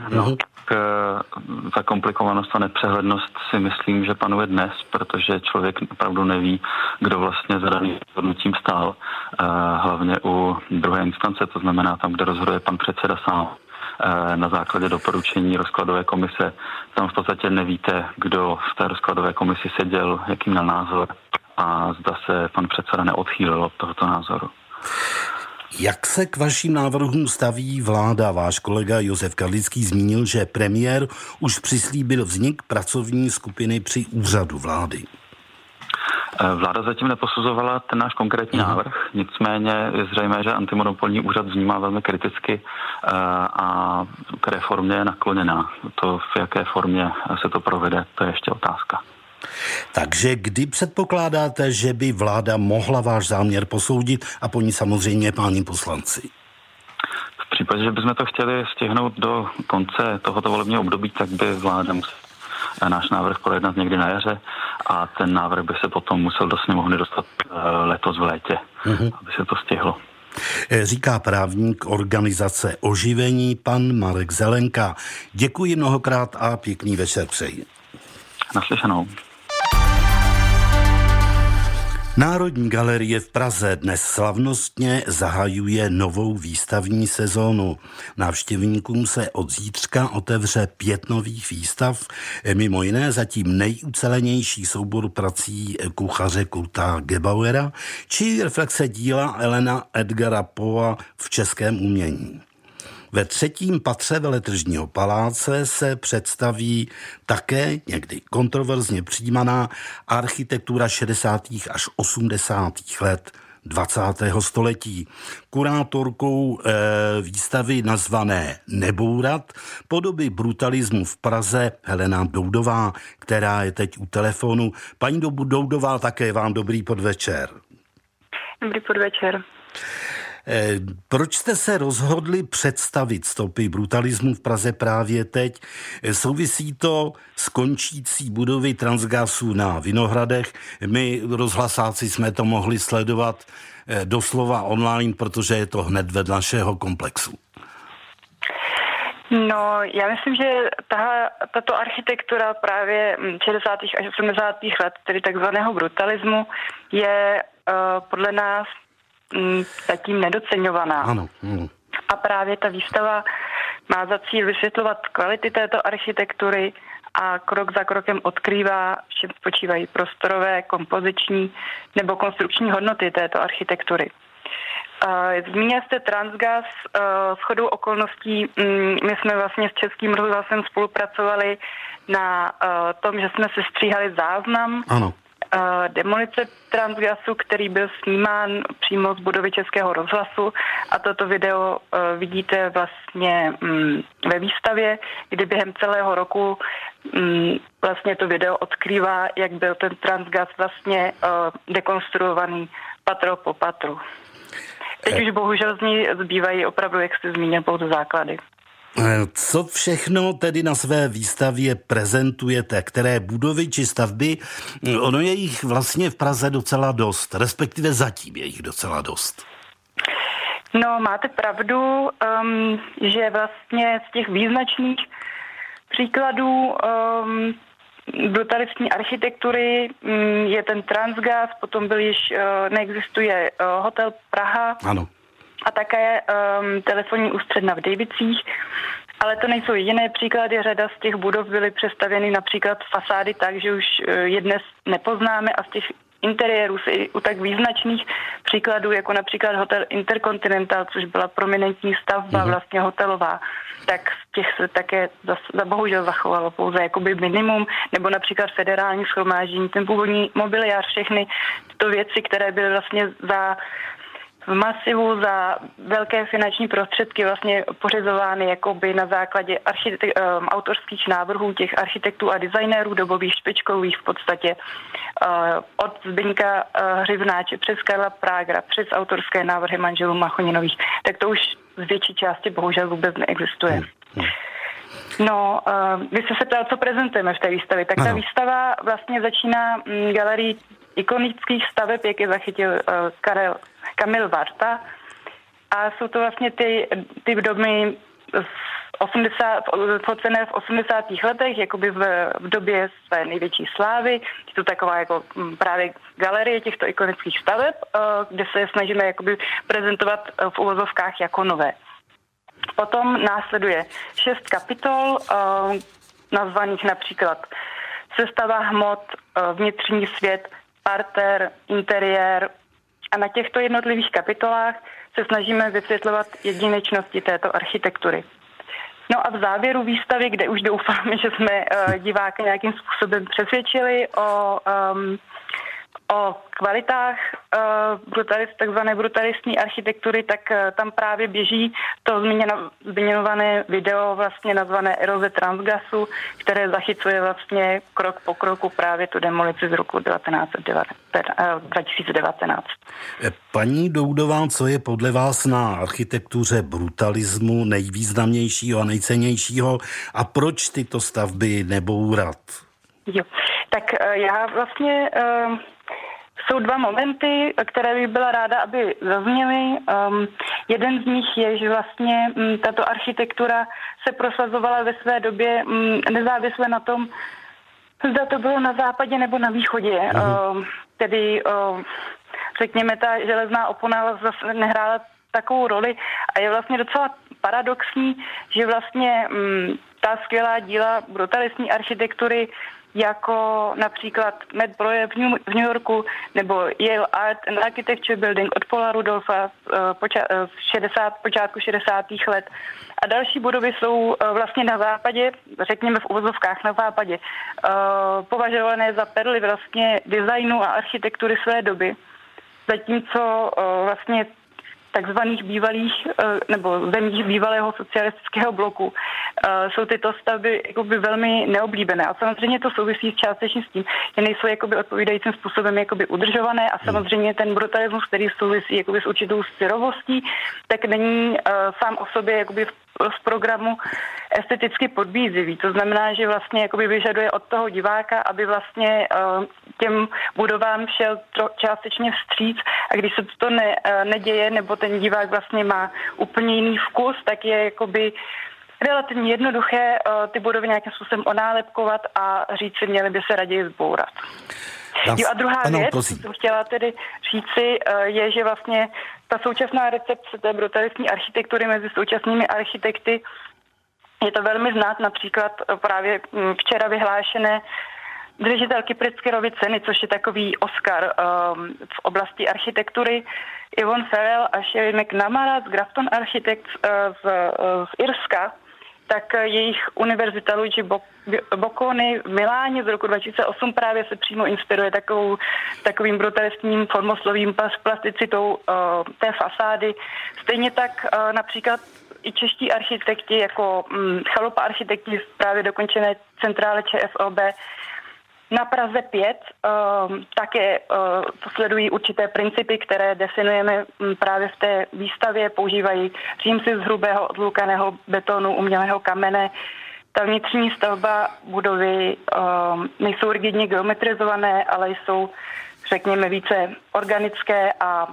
Ta komplikovanost a nepřehlednost si myslím, že panuje dnes, protože člověk opravdu neví, kdo vlastně za daným rozhodnutím stál. Hlavně u druhé instance, to znamená tam, kde rozhoduje pan předseda sám. Na základě doporučení rozkladové komise. Tam v podstatě nevíte, kdo v té rozkladové komisi seděl, jaký měl názor a zda se pan předseda neodchýlil od tohoto názoru. Jak se k vašim návrhům staví vláda? Váš kolega Josef Kadlický zmínil, že premiér už přislíbil vznik pracovní skupiny při úřadu vlády. Vláda zatím neposuzovala ten náš konkrétní návrh, nicméně je zřejmé, že antimonopolní úřad vnímá velmi kriticky a k reformě je nakloněná. To, v jaké formě se to provede, to je ještě otázka. Takže kdy předpokládáte, že by vláda mohla váš záměr posoudit a po ní samozřejmě páni poslanci? V případě, že bychom to chtěli stihnout do konce tohoto volebního období, tak by vláda musela náš návrh projednat někdy na jaře a ten návrh by se potom musel do sněmovny dostat letos v létě, aby se to stihlo. Říká právník organizace Oživení pan Marek Zelenka. Děkuji mnohokrát a pěkný večer přeji. Naslyšenou. Národní galerie v Praze dnes slavnostně zahajuje novou výstavní sezónu. Návštěvníkům se od zítřka otevře 5 nových výstav, mimo jiné zatím nejucelenější soubor prací kuchaře Kurta Gebauera či reflexe díla Elena Edgara Poea v českém umění. Ve 3. patře Veletržního paláce se představí také někdy kontroverzně přijímaná architektura 60. až 80. let 20. století. Kurátorkou výstavy nazvané Nebourat podoby brutalismu v Praze Helena Doudová, která je teď u telefonu. Paní Doudová, také vám dobrý podvečer. Dobrý podvečer. Proč jste se rozhodli představit stopy brutalismu v Praze právě teď? Souvisí to s končící budovy Transgasu na Vinohradech. My, rozhlasáci, jsme to mohli sledovat doslova online, protože je to hned vedle našeho komplexu. No, já myslím, že tato architektura právě 60. až 80. let, tedy takzvaného brutalismu, je podle nás zatím nedoceňovaná. Ano. A právě ta výstava má za cíl vysvětlovat kvality této architektury a krok za krokem odkrývá, v čem spočívají prostorové, kompoziční nebo konstrukční hodnoty této architektury. Zmínil jste Transgas, shodou okolností my jsme vlastně s Českým rozhlasem spolupracovali na tom, že jsme se stříhali záznam demolice Transgasu, který byl snímán přímo z budovy Českého rozhlasu, a toto video vidíte vlastně ve výstavě, kdy během celého roku vlastně to video odkrývá, jak byl ten Transgas vlastně dekonstruovaný patro po patru. Teď už bohužel z ní zbývají opravdu, jak jste zmínil, pouze základy. Co všechno tedy na své výstavě prezentujete? Které budovy či stavby? Ono je jich vlastně v Praze docela dost, respektive zatím je jich docela dost. No, máte pravdu, že vlastně z těch význačných příkladů brutalistní architektury je ten Transgas, potom byl již neexistuje hotel Praha. Ano. A také telefonní ústředna v Dejvicích. Ale to nejsou jediné příklady. Řada z těch budov byly přestavěny například fasády tak, že už je dnes nepoznáme, a z těch interiérů se i u tak význačných příkladů, jako například hotel Intercontinental, což byla prominentní stavba, vlastně hotelová, tak z těch se také bohužel zachovalo pouze jakoby minimum, nebo například federální shromáždění, ten původní mobiliář, všechny tyto věci, které byly vlastně v masivu za velké finanční prostředky vlastně pořizovány jakoby na základě autorských návrhů těch architektů a designérů dobových, špičkových v podstatě, od Zbyňka Hřivnáče přes Karla Prágera, přes autorské návrhy manželů Machoninových, tak to už z větší části bohužel vůbec neexistuje. No, vy jste se ptal, co prezentujeme v té výstavě. Tak ta výstava vlastně začíná galerii ikonických staveb, jak je zachytil Kamil Varta. A jsou to vlastně ty domy focené v 80. letech, jakoby v době své největší slávy. Je to taková jako právě galerie těchto ikonických staveb, kde se snažíme jakoby prezentovat v uvozovkách jako nové. Potom následuje 6 kapitol, nazvaných například Sestava hmot, vnitřní svět, parter, interiér, a na těchto jednotlivých kapitolách se snažíme vysvětlovat jedinečnosti této architektury. No a v závěru výstavy, kde už doufáme, že jsme diváky nějakým způsobem přesvědčili o kvalitách takzvané brutalistní architektury, tak tam právě běží to zmiňované video vlastně nazvané Eroze Transgasu, které zachycuje vlastně krok po kroku právě tu demolici z roku 2019. Paní Doudová, co je podle vás na architektuře brutalismu nejvýznamnějšího a nejcennějšího a proč tyto stavby nebourat? Jo, tak já vlastně... Jsou 2 momenty, které bych byla ráda, aby zazněly. Jeden z nich je, že vlastně tato architektura se prosazovala ve své době nezávisle na tom, zda to bylo na západě nebo na východě. Tedy řekněme, ta železná opona zase nehrála takovou roli a je vlastně docela paradoxní, že vlastně ta skvělá díla brutalistní architektury jako například Met Broje v New Yorku nebo Yale Art and Architecture Building od Paula Rudolfa z počátku 60. let. A další budovy jsou vlastně na západě, řekněme v uvozovkách na západě, považované za perly vlastně designu a architektury své doby. Zatímco vlastně takzvaných bývalých nebo zemích bývalého socialistického bloku jsou tyto stavby jakoby velmi neoblíbené. A samozřejmě to souvisí částečně s tím, že nejsou jakoby odpovídajícím způsobem jakoby udržované a samozřejmě ten brutalismus, který souvisí jakoby s určitou syrovostí, tak není sám o sobě jakoby z programu esteticky podbízivý. To znamená, že vlastně jakoby vyžaduje od toho diváka, aby vlastně těm budovám šel částečně vstříc a když se to neděje, nebo ten divák vlastně má úplně jiný vkus, tak je jakoby relativně jednoduché ty budovy nějakým způsobem onálepkovat a říct si, měli by se raději zbourat. Jo, a druhá věc, co jsem chtěla tedy říci, je, že vlastně ta současná recepce té brutalistní architektury mezi současnými architekty je to velmi znát, například právě včera vyhlášené držitelky Pritzkerovy ceny, což je takový Oscar v oblasti architektury, Yvonne Farrell a Sherry McNamara z Grafton Architects z Irska, tak jejich univerzita Luigi Bocconi v Miláně z roku 2008 právě se přímo inspiruje takovým brutalistním formoslovým plasticitou té fasády. Stejně tak například i čeští architekti, jako Chalupa architekti v právě dokončené centrále ČSOB na Praze 5 také sledují určité principy, které definujeme právě v té výstavě. Používají římsy z hrubého odloukaného betonu, umělého kamene. Ta vnitřní stavba budovy nejsou rigidně geometrizované, ale jsou, řekněme, více organické a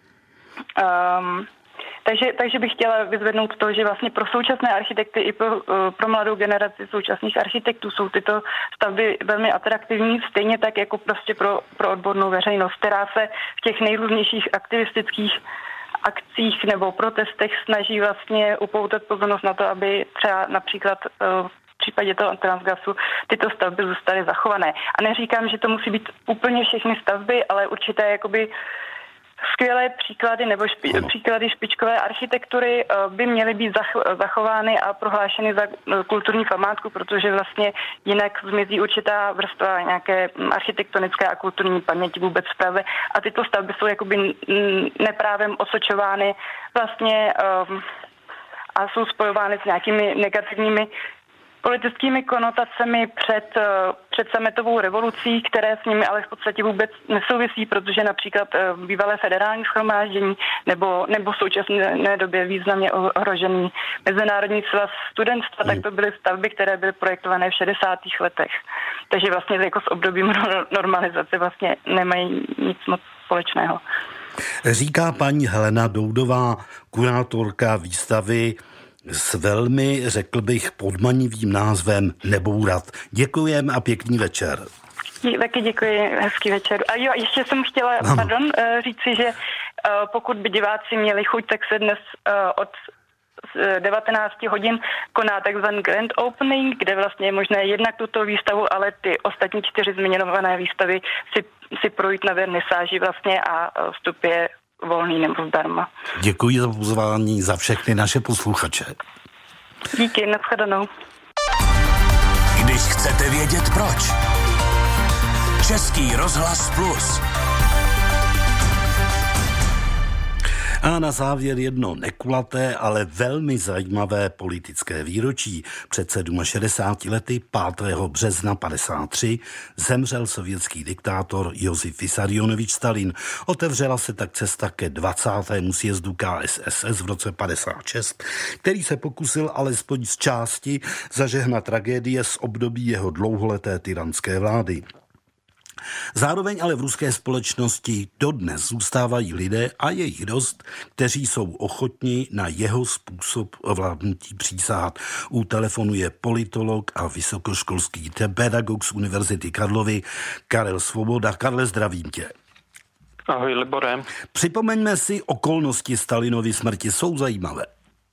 takže bych chtěla vyzvednout to, že vlastně pro současné architekty i pro mladou generaci současných architektů jsou tyto stavby velmi atraktivní, stejně tak jako prostě pro odbornou veřejnost, která se v těch nejrůznějších aktivistických akcích nebo protestech snaží vlastně upoutat pozornost na to, aby třeba například v případě toho Transgasu tyto stavby zůstaly zachované. A neříkám, že to musí být úplně všechny stavby, ale určité jakoby skvělé příklady nebo příklady špičkové architektury by měly být zachovány a prohlášeny za kulturní památku, protože vlastně jinak zmizí určitá vrstva nějaké architektonické a kulturní paměti vůbec v Praze a tyto stavby jsou jakoby neprávem osočovány vlastně a jsou spojovány s nějakými negativními politickými konotacemi před sametovou revolucí, které s nimi ale v podstatě vůbec nesouvisí, protože například bývalé federální shromáždění nebo v současné době významně ohrožený Mezinárodní svaz studentstva, tak to byly stavby, které byly projektované v 60. letech. Takže vlastně jako s obdobím normalizace vlastně nemají nic moc společného. Říká paní Helena Doudová, kurátorka výstavy s velmi, řekl bych, podmanivým názvem Nebourat. Děkujem a pěkný večer. Taky děkuji, hezký večer. A jo, ještě jsem chtěla, říci, že pokud by diváci měli chuť, tak se dnes od 19 hodin koná takzvaný grand opening, kde vlastně je možné jednak tuto výstavu, ale ty ostatní 4 zmiňované výstavy si projít na vernisáži vlastně a vstup je volný nebo zdarma. Děkuji za pozvání za všechny naše posluchače. Díky, nashledanou. Když chcete vědět proč. Český rozhlas Plus. A na závěr jedno nekulaté, ale velmi zajímavé politické výročí. Před 67 lety 5. března 1953 zemřel sovětský diktátor Josif Vissarionovič Stalin. Otevřela se tak cesta ke 20. sjezdu KSSS v roce 1956, který se pokusil alespoň z části zažehnat tragédie z období jeho dlouholeté tyranské vlády. Zároveň ale v ruské společnosti dodnes zůstávají lidé a je jich dost, kteří jsou ochotni na jeho způsob vládnutí přísahat. U telefonu je politolog a vysokoškolský pedagog z Univerzity Karlovy Karel Svoboda. Karle, zdravím tě. Ahoj, Libore. Připomeňme si, okolnosti Stalinovy smrti jsou zajímavé.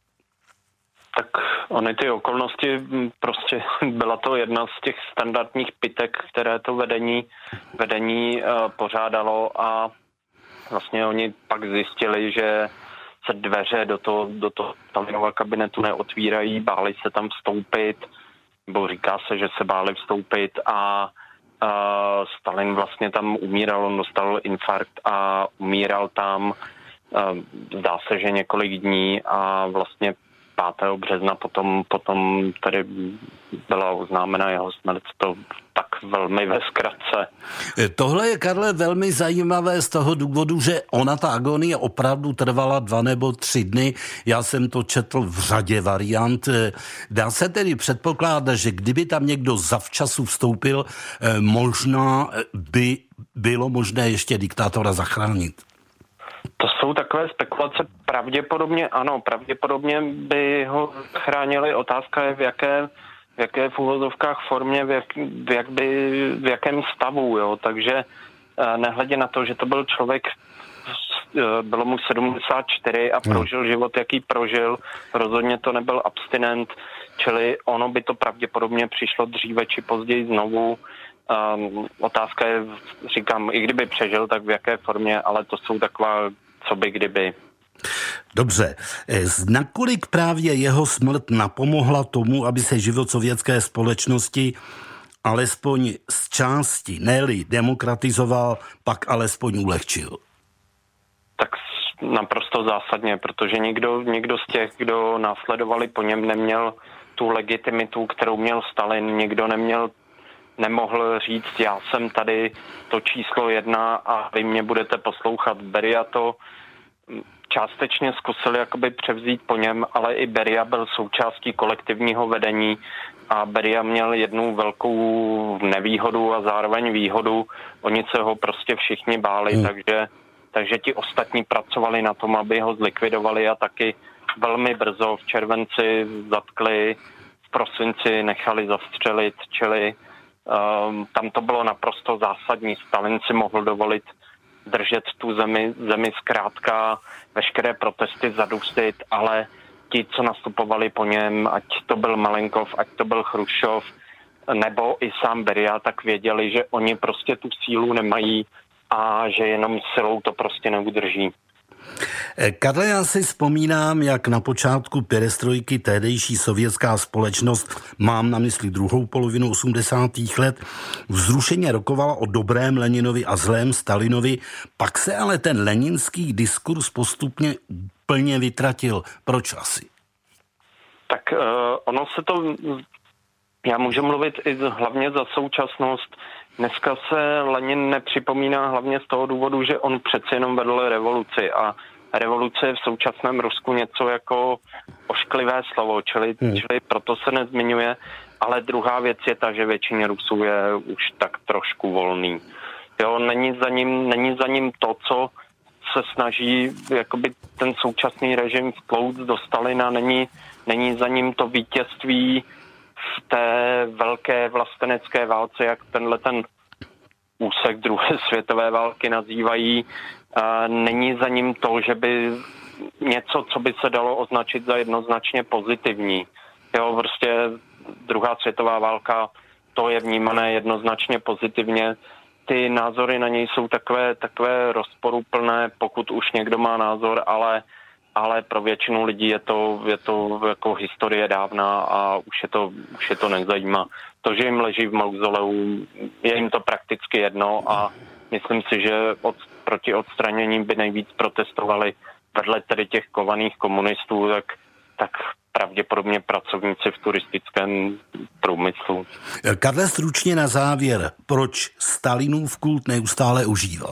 Tak ony ty okolnosti, prostě byla to jedna z těch standardních pitek, které to vedení pořádalo a vlastně oni pak zjistili, že se dveře do toho Stalinova kabinetu neotvírají, báli se tam vstoupit, nebo říká se, že se báli vstoupit a Stalin vlastně tam umíral, on dostal infarkt a umíral tam, zdá se, že několik dní a vlastně 5. března potom tady byla oznámena jeho smrt, to tak velmi ve zkratce. Tohle je, Karle, velmi zajímavé z toho důvodu, že ona ta agonie opravdu trvala 2 nebo 3 dny. Já jsem to četl v řadě variant. Dá se tedy předpokládat, že kdyby tam někdo zavčasu vstoupil, možná by bylo možné ještě diktátora zachránit. To jsou takové spekulace, pravděpodobně ano, pravděpodobně by ho chránili. Otázka je v jaké v uvozovkách formě, v jakém stavu, jo, takže nehledě na to, že to byl člověk, bylo mu 74 a prožil život, jaký prožil, rozhodně to nebyl abstinent, čili ono by to pravděpodobně přišlo dříve či později znovu. Otázka je, říkám, i kdyby přežil, tak v jaké formě, ale to jsou taková, co by kdyby. Dobře. Nakolik právě jeho smrt napomohla tomu, aby se život sovětské společnosti alespoň z části, ne-li demokratizoval, pak alespoň ulehčil? Tak naprosto zásadně, protože nikdo z těch, kdo následovali po něm, neměl tu legitimitu, kterou měl Stalin, nemohl říct, já jsem tady to číslo 1 a vy mě budete poslouchat. Beria to částečně zkusil jakoby převzít po něm, ale i Beria byl součástí kolektivního vedení a Beria měl jednu velkou nevýhodu a zároveň výhodu. Oni se ho prostě všichni báli, takže ti ostatní pracovali na tom, aby ho zlikvidovali a taky velmi brzo v červenci zatkli, v prosinci nechali zastřelit, čili tam to bylo naprosto zásadní. Stalin si mohl dovolit držet tu zemi zkrátka, veškeré protesty zadustit, ale ti, co nastupovali po něm, ať to byl Malenkov, ať to byl Chruščov, nebo i sám Beria, tak věděli, že oni prostě tu sílu nemají a že jenom silou to prostě neudrží. Karle, já si vzpomínám, jak na počátku perestrojky tehdejší sovětská společnost, mám na mysli druhou polovinu 80. let, vzrušeně rokovala o dobrém Leninovi a zlém Stalinovi, pak se ale ten leninský diskurs postupně úplně vytratil. Proč asi? Tak ono se to, já můžu mluvit i hlavně za současnost. Dneska se Lenin nepřipomíná hlavně z toho důvodu, že on přece jenom vedl revoluci a revoluce je v současném Rusku něco jako ošklivé slovo, čili proto se nezmiňuje, ale druhá věc je ta, že většině Rusů je už tak trošku volný. Jo, není za ním to, co se snaží jakoby ten současný režim vklout do Stalina, není za ním to vítězství v té velké vlastenecké válce, jak ten úsek druhé světové války nazývají. Není za ním to, že by něco, co by se dalo označit za jednoznačně pozitivní. Jo, prostě druhá světová válka, to je vnímané jednoznačně pozitivně. Ty názory na něj jsou takové rozporuplné, pokud už někdo má názor, ale pro většinu lidí je to jako historie dávná a už je to nezajímá. To, že jim leží v mauzoleu, je jim to prakticky jedno a myslím si, že proti odstranění by nejvíc protestovali vedle tedy těch kovaných komunistů, tak pravděpodobně pracovníci v turistickém průmyslu. Karle, stručně na závěr, proč Stalinův kult neustále užívá?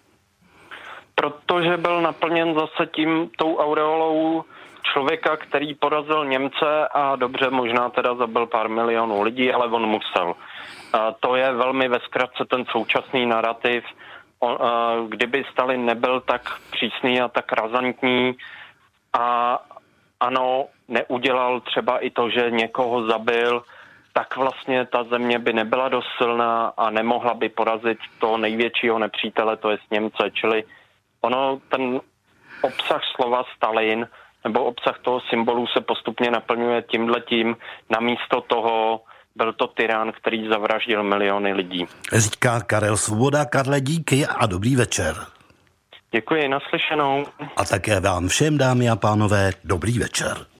Protože byl naplněn zase tou aureolou člověka, který porazil Němce a dobře, možná teda zabil pár milionů lidí, ale on musel. To je velmi ve zkratce ten současný narrativ. Kdyby Stalin nebyl tak přísný a tak razantní a ano, neudělal třeba i to, že někoho zabil, tak vlastně ta země by nebyla dost silná a nemohla by porazit toho největšího nepřítele, to je Němce. Čili ten obsah slova Stalin nebo obsah toho symbolu se postupně naplňuje tímhletím. Namísto toho byl to tyran, který zavraždil miliony lidí. Říká Karel Svoboda. Karle, díky a dobrý večer. Děkuji, naslyšenou. A také vám všem, dámy a pánové, dobrý večer.